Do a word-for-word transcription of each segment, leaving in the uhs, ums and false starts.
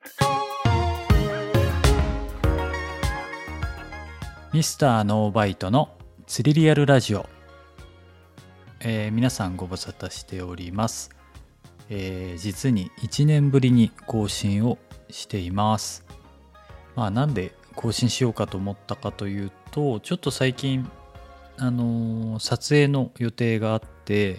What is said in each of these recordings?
ミスターノーバイトの釣りリアルラジオ、えー、皆さんご無沙汰しております、えー、実にいちねんぶりに更新をしています。まあなんで更新しようかと思ったかというと、ちょっと最近あのー、撮影の予定があって、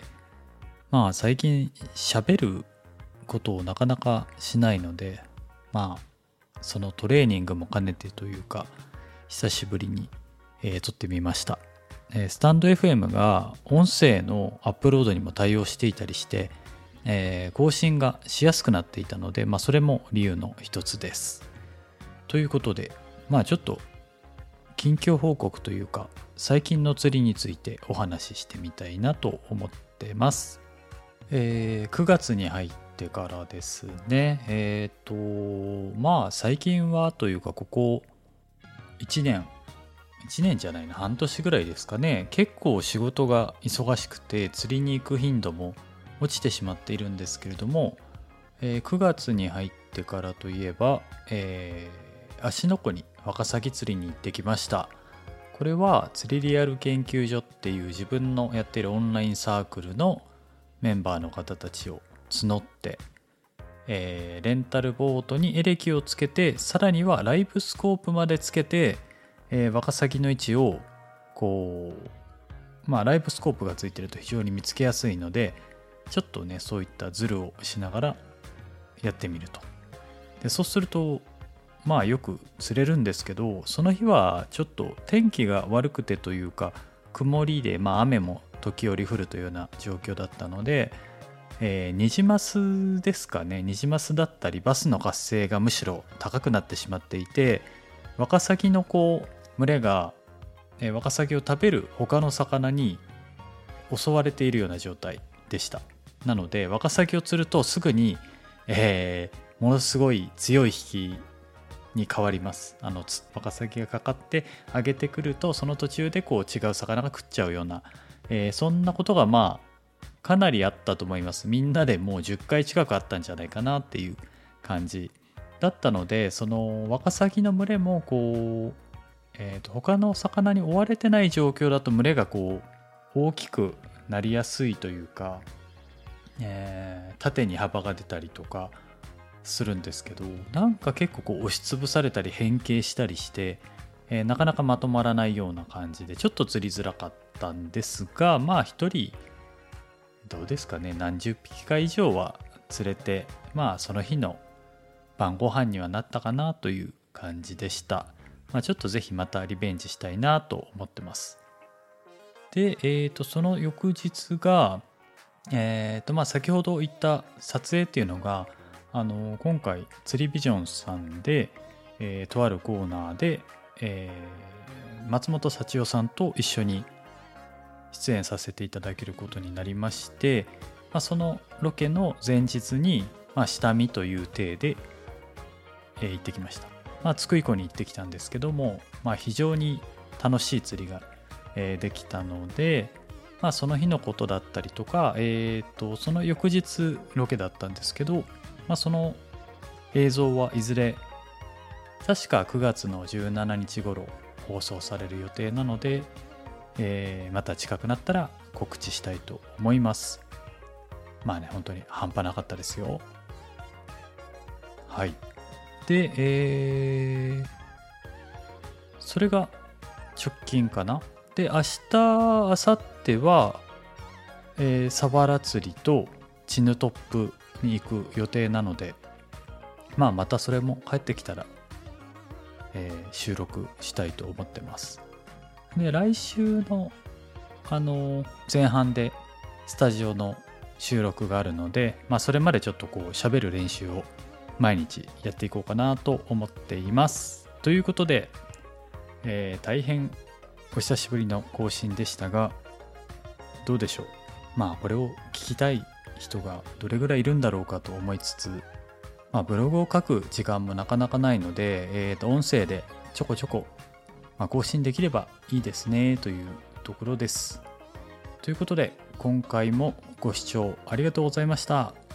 まあ最近喋ることをなかなかしないので、まあそのトレーニングも兼ねてというか久しぶりに、えー、撮ってみました、えー、スタンド エフエム が音声のアップロードにも対応していたりして、えー、更新がしやすくなっていたので、まあ、それも理由の一つです。ということで、まあちょっと近況報告というか最近の釣りについてお話ししてみたいなと思ってます。えー、くがつに入ってからですね、えっとまあ最近はというかここいちねんいちねんじゃないな半年ぐらいですかね、結構仕事が忙しくて釣りに行く頻度も落ちてしまっているんですけれども、えー、くがつに入ってからといえば、えー、芦ノ湖にワカサギ釣りに行ってきました。これは釣りリアル研究所っていう自分のやっているオンラインサークルのメンバーの方たちを募って、えー、レンタルボートにエレキをつけて、さらにはライブスコープまでつけて、えー、ワカサギの位置をこうまあライブスコープがついてると非常に見つけやすいので、ちょっとねそういったズルをしながらやってみると。でそうするとまあよく釣れるんですけど、その日はちょっと天気が悪くてというか曇りで、まあ雨も時折降るというような状況だったので、えー、ニジマスですかね、ニジマスだったりバスの活性がむしろ高くなってしまっていて、ワカサギのこう群れが、えー、ワカサギを食べる他の魚に襲われているような状態でした。なのでワカサギを釣るとすぐに、えー、ものすごい強い引きに変わります。あのワカサギがかかって上げてくると、その途中でこう違う魚が食っちゃうような、えー、そんなことがまあかなりあったと思います。みんなでもうじゅっかい近くあったんじゃないかなっていう感じだったので、そのワカサギの群れもこう、えー、と他の魚に追われてない状況だと群れがこう大きくなりやすいというか、えー、縦に幅が出たりとかするんですけど、なんか結構こう押しつぶされたり変形したりして、えー、なかなかまとまらないような感じでちょっと釣りづらかったんですが、まあ一人どうですかね、何十匹か以上は釣れて、まあその日の晩ご飯にはなったかなという感じでした。まあ、ちょっとぜひまたリベンジしたいなと思ってます。で、えーとその翌日が、えーとまあ先ほど言った撮影っていうのが、あの今回釣りビジョンさんで、えー、とあるコーナーで、えー、松本幸代さんと一緒に出演させていただけることになりまして、まあ、そのロケの前日に、まあ、下見という体で、えー、行ってきました。まあ、津久井湖に行ってきたんですけども、まあ、非常に楽しい釣りが、えー、できたので、まあ、その日のことだったりとか、えー、とその翌日ロケだったんですけど、まあ、その映像はいずれ確かくがつのじゅうしちにち頃放送される予定なので、えー、また近くなったら告知したいと思います。まあね、本当に半端なかったですよ。はい。で、えー、それが直近かな。で、明日、明後日は、えー、サワラ釣りとチヌトップに行く予定なので、まあまたそれも帰ってきたら、えー、収録したいと思ってます。で来週の、あのー、前半でスタジオの収録があるので、まあ、それまでちょっとこう喋る練習を毎日やっていこうかなと思っています。ということで、えー、大変お久しぶりの更新でしたが、どうでしょう。まあこれを聞きたい人がどれぐらいいるんだろうかと思いつつ、まあ、ブログを書く時間もなかなかないので、えー、と音声でちょこちょこ、まあ、更新できればいいですねというところです。ということで今回もご視聴ありがとうございました。